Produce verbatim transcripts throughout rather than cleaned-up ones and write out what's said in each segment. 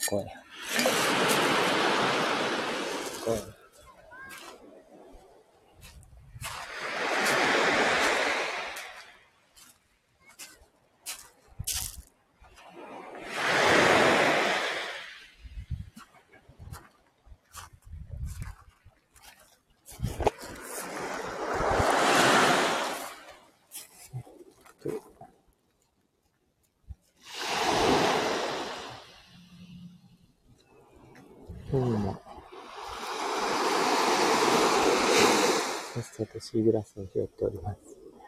怖い。怖い。今日もさっさとシーグラスを拾っております。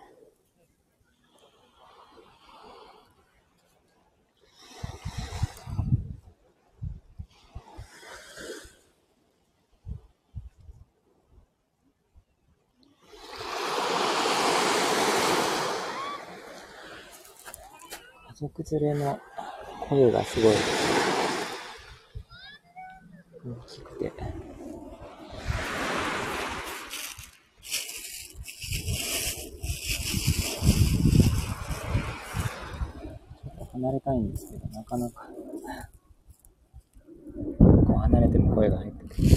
家族連れの声がすごい大きくて、離れたいんですけど、なかなかこう離れても声が入ってくる。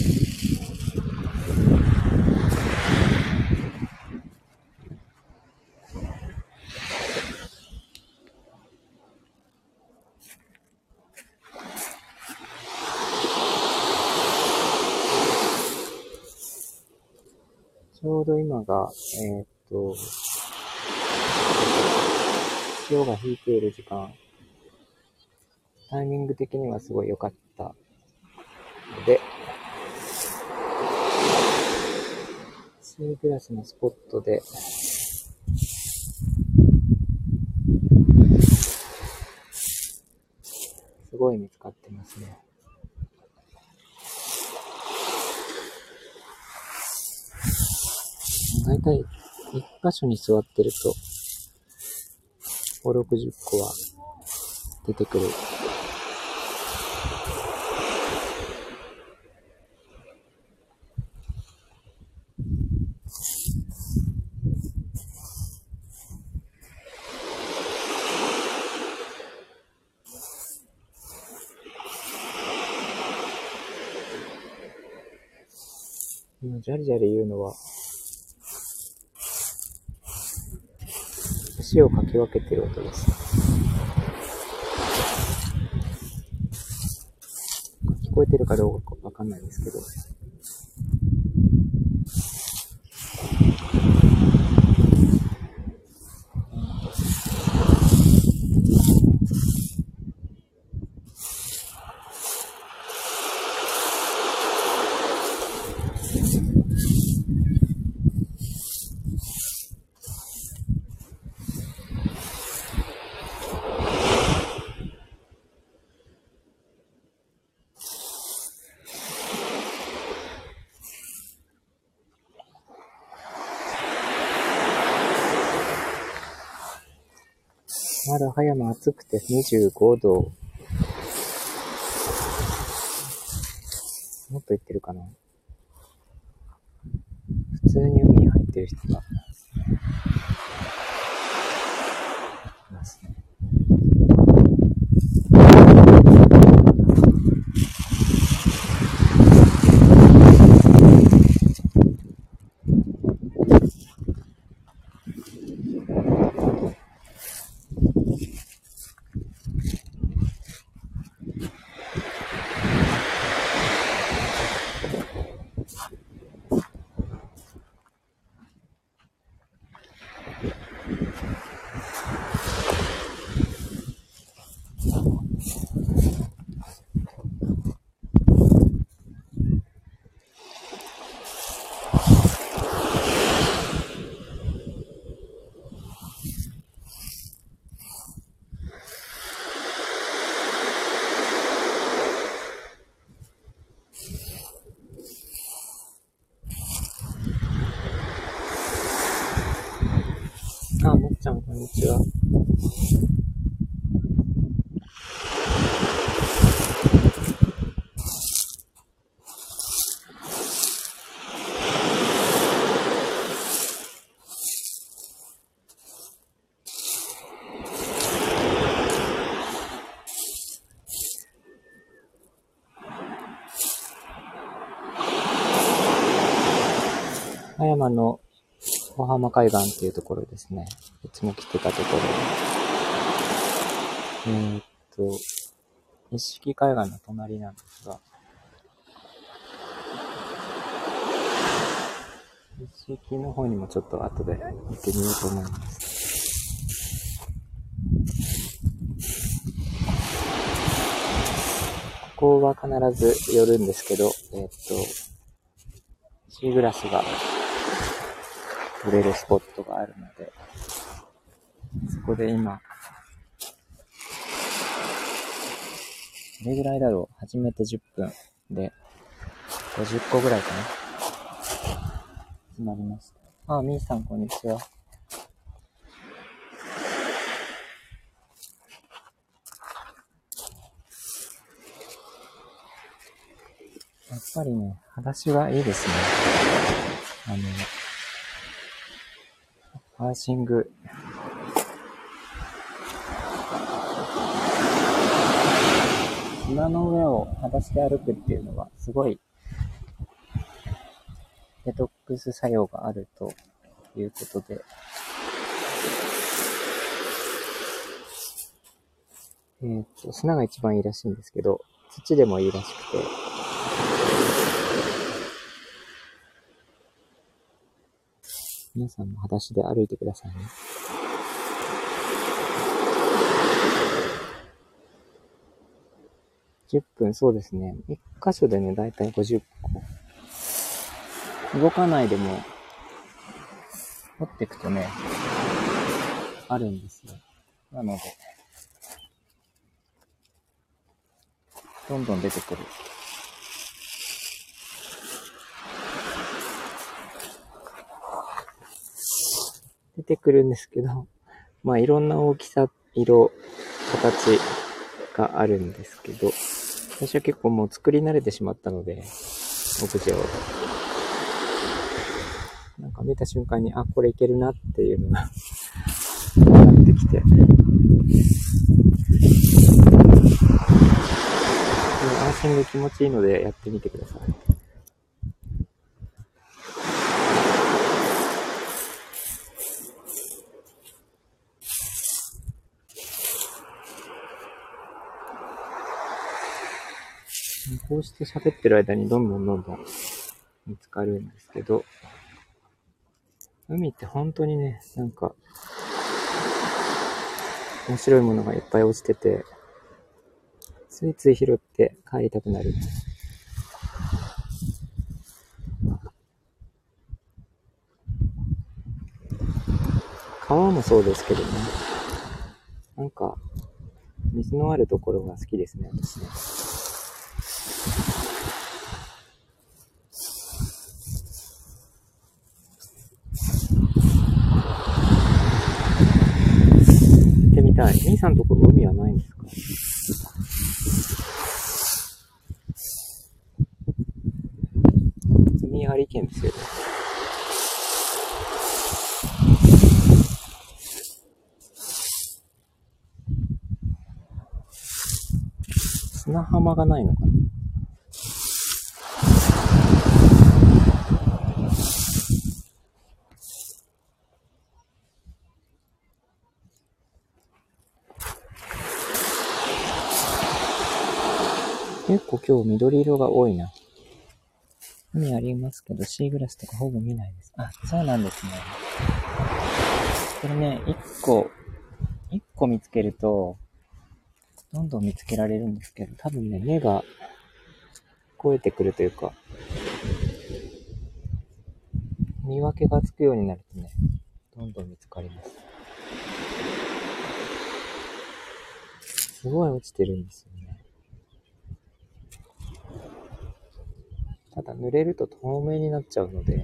ちょうど今が、えー、っと、潮が引いている時間、タイミング的にはすごい良かったので、シーグラスのスポットで、すごい見つかってますね。だいたい一箇所に座ってると、ご、ろくじゅっこは出てくる。今、ジャリジャリ言うのは、石をかき分けてる音です。聞こえてるかどうかわかんないですけど。まだ葉山暑くてにじゅうごど。もっと行ってるかな。普通に海に入ってる人がいますね。あ、もっちゃん、こんにちは。 葉山の小浜海岸っていうところですね。いつも来てたところ。えーっと、一色海岸の隣なんですが、一色の方にもちょっと後で行ってみようと思います。ここは必ず寄るんですけど、えーっと、シーグラスが取れるスポットがあるので、そこで今、どれぐらいだろう、始めてじゅっぷんで、ごじゅっこぐらいかな。始まりました。あ、みーさんこんにちは。やっぱりね、裸足はいいですね。あの、パーシング、砂の上を裸足で歩くっていうのはすごいデトックス作用があるということで、えーっと、砂が一番いいらしいんですけど、土でもいいらしくて、皆さんも裸足で歩いてくださいね。じゅっぷん、そうですね。一箇所でね、だいたいごじゅっこ。動かないでも、掘っていくとね、あるんですよ。なので、どんどん出てくる。出てくるんですけど、まあいろんな大きさ、色、形があるんですけど、私は結構もう作り慣れてしまったので、オブジェを。なんか見た瞬間に、あ、これいけるなっていうのがなってきて。安心で気持ちいいのでやってみてください。こうして喋ってる間にどんどんどんどん見つかるんですけど、海って本当にね、なんか面白いものがいっぱい落ちてて、ついつい拾って帰りたくなる。川もそうですけどね、なんか水のあるところが好きですね、私ね。行ってみたい。兄さんのところ海はないんですか？海あり県ですよね。砂浜がないのかな？結構今日緑色が多いな。海ありますけど、シーグラスとかほぼ見ないです。あ、そうなんですね。これね、一個、一個見つけると、どんどん見つけられるんですけど、多分ね、目が超えてくるというか、見分けがつくようになるとね、どんどん見つかります。すごい落ちてるんですよね。ただ濡れると透明になっちゃうので、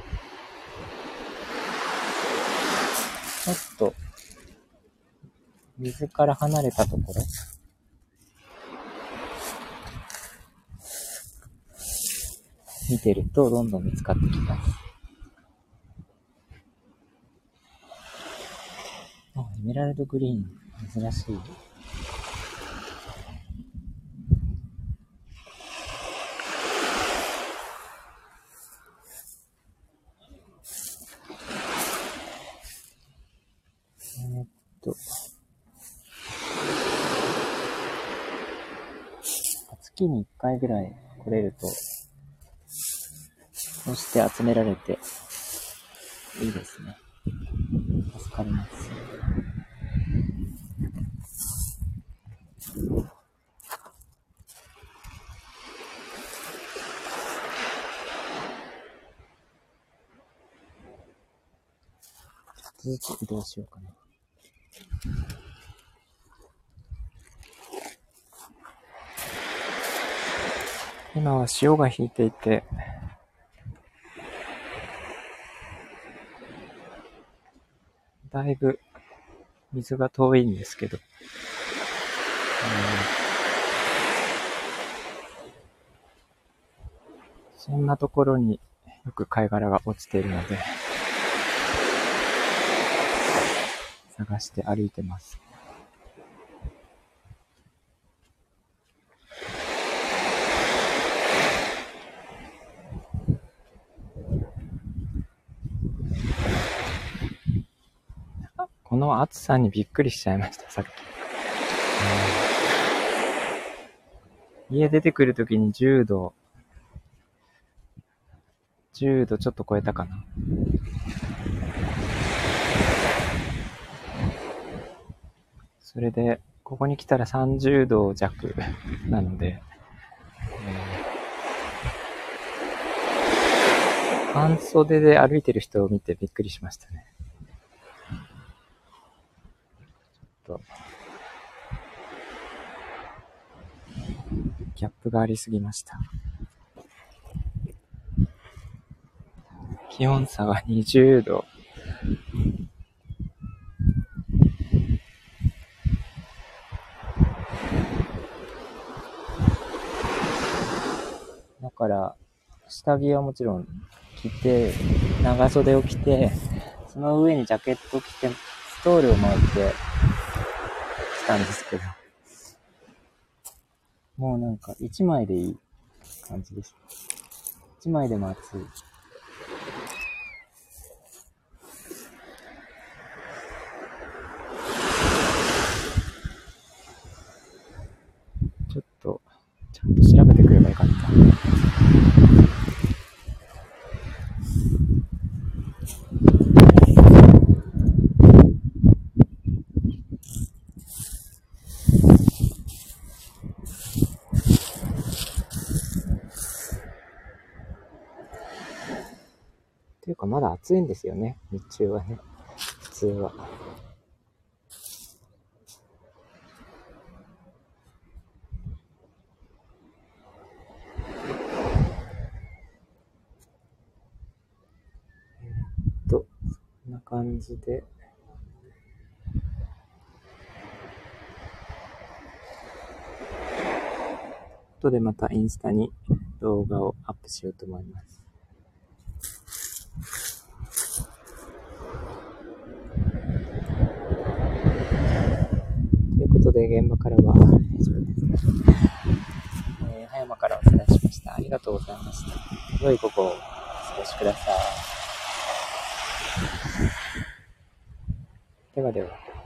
ちょっと水から離れたところ、見てるとどんどん見つかってきます。あ、エメラルドグリーン、珍しい。 月にいっかいぐらい来れると、そして集められて、いいですね。助かります。ちょっとずつ移動しようかな。今は潮が引いていて、だいぶ水が遠いんですけど、そんなところによく貝殻が落ちているので、探して歩いてます。この暑さにびっくりしちゃいました、さっき。家出てくるときにじゅうど、じゅうどちょっと超えたかな。それで、ここに来たらさんじゅうど弱なので、えー、半袖で歩いてる人を見てびっくりしましたね。ちょっとギャップがありすぎました。気温差がにじゅうど。だから、下着はもちろん着て、長袖を着て、その上にジャケットを着て、ストールを巻いて来たんですけど、もうなんか一枚でいい感じです。一枚でも暑い。ちょっと、ちゃんと調べてくればよかった。っていうかまだ暑いんですよね、日中はね、普通は。えっと、こんな感じで、後でまたインスタに動画をアップしようと思います。ということで、現場からは以上です。えー、葉山からお伝えしました。ありがとうございました。良い午後をお過ごしください。ではでは。